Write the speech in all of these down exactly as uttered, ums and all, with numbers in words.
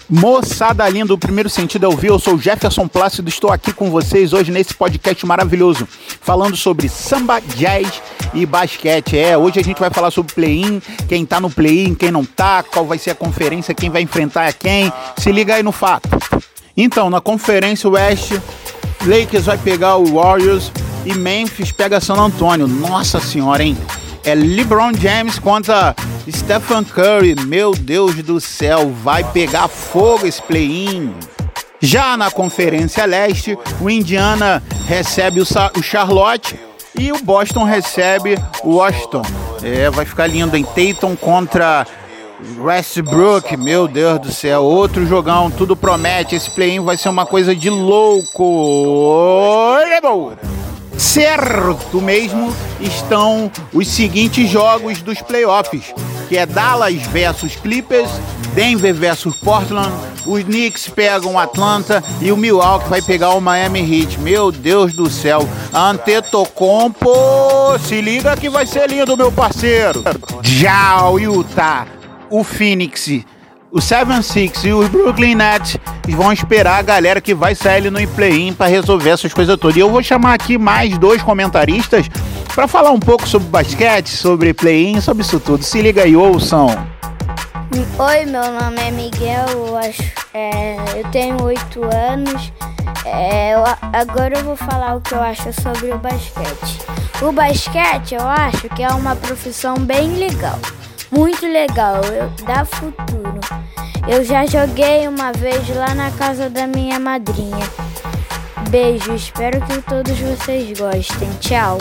Moçada linda do Primeiro Sentido Ouvir, eu sou o Jefferson Plácido, estou aqui com vocês hoje nesse podcast maravilhoso, falando sobre samba, jazz e basquete. É, hoje a gente vai falar sobre play-in, quem tá no play-in, quem não tá, qual vai ser a conferência, quem vai enfrentar quem, se liga aí no fato. Então, na Conferência Oeste, Lakers vai pegar o Warriors e Memphis pega San Antonio. Nossa senhora, hein? É LeBron James contra Stephen Curry. Meu Deus do céu, vai pegar fogo esse play-in. Já na Conferência Leste, o Indiana recebe o, Sa- o Charlotte e o Boston recebe o Washington. É, vai ficar lindo, hein? Tatum contra Westbrook. Meu Deus do céu, outro jogão, tudo promete. Esse play-in vai ser uma coisa de louco. Olha, bom. Certo mesmo estão os seguintes jogos dos playoffs, que é Dallas versus Clippers, Denver versus Portland, os Knicks pegam o Atlanta e o Milwaukee vai pegar o Miami Heat. Meu Deus do céu, Antetokounmpo, se liga que vai ser lindo, meu parceiro. Já o Utah, o Phoenix, o sete seis e os Brooklyn Nets vão esperar a galera que vai sair ali no play-in para resolver essas coisas todas. E eu vou chamar aqui mais dois comentaristas para falar um pouco sobre basquete, sobre play-in, sobre isso tudo. Se liga aí, ouçam. Oi, meu nome é Miguel, eu, acho, é, eu tenho oito anos. É, eu, agora eu vou falar o que eu acho sobre o basquete. O basquete eu acho que é uma profissão bem legal. Muito legal, eu, dá futuro. Eu já joguei uma vez lá na casa da minha madrinha. Beijo, espero que todos vocês gostem. Tchau.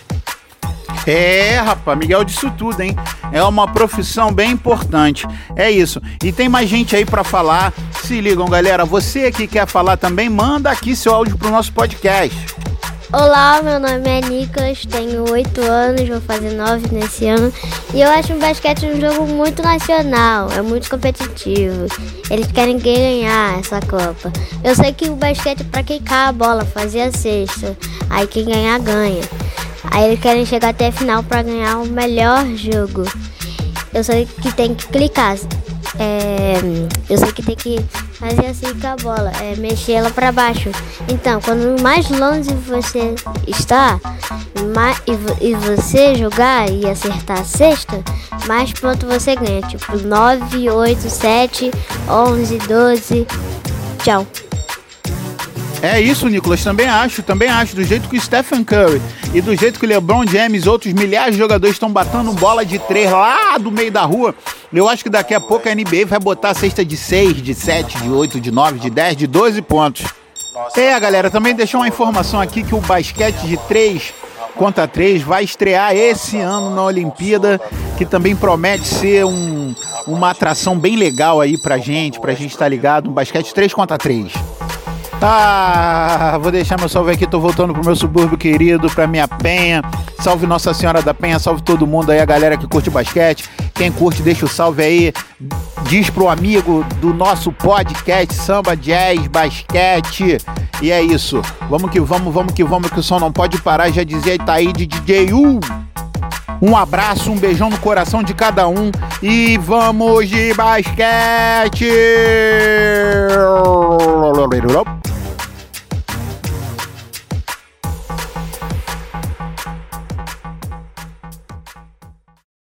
É, rapaz, Miguel disse tudo, hein? É uma profissão bem importante. É isso. E tem mais gente aí pra falar. Se ligam, galera. Você que quer falar também, manda aqui seu áudio pro nosso podcast. Olá, meu nome é Nicolas, tenho oito anos, vou fazer nove nesse ano. E eu acho o basquete um jogo muito nacional, é muito competitivo. Eles querem ganhar essa Copa. Eu sei que o basquete é pra quicar a bola, fazer a cesta. Aí quem ganhar, ganha. Aí eles querem chegar até a final pra ganhar o melhor jogo. Eu sei que tem que clicar. É, eu sei que tem que fazer assim com a bola, é mexer ela pra baixo. Então, quando mais longe você está mais, e, vo, e você jogar e acertar a cesta, mais ponto você ganha. Tipo nove, oito, sete, onze, doze. Tchau. É isso, Nicolas, também acho, também acho, do jeito que o Stephen Curry e do jeito que o LeBron James e outros milhares de jogadores estão batendo bola de três lá do meio da rua, eu acho que daqui a pouco a N B A vai botar a cesta de seis, de sete, de oito, de nove, de dez, de doze pontos. É, galera, também deixar uma informação aqui que o basquete de três contra três vai estrear esse ano na Olimpíada, que também promete ser um, uma atração bem legal aí pra gente, pra gente estar ligado, um basquete três contra três. Ah, vou deixar meu salve aqui, tô voltando pro meu subúrbio querido, pra minha Penha. Salve Nossa Senhora da Penha, salve todo mundo aí, a galera que curte basquete. Quem curte, deixa o salve aí. Diz pro amigo do nosso podcast Samba, Jazz, Basquete. E é isso. Vamos que vamos, vamos que vamos, que o som não pode parar, já dizia Itaíde D J U. Um abraço, um beijão no coração de cada um e vamos de basquete!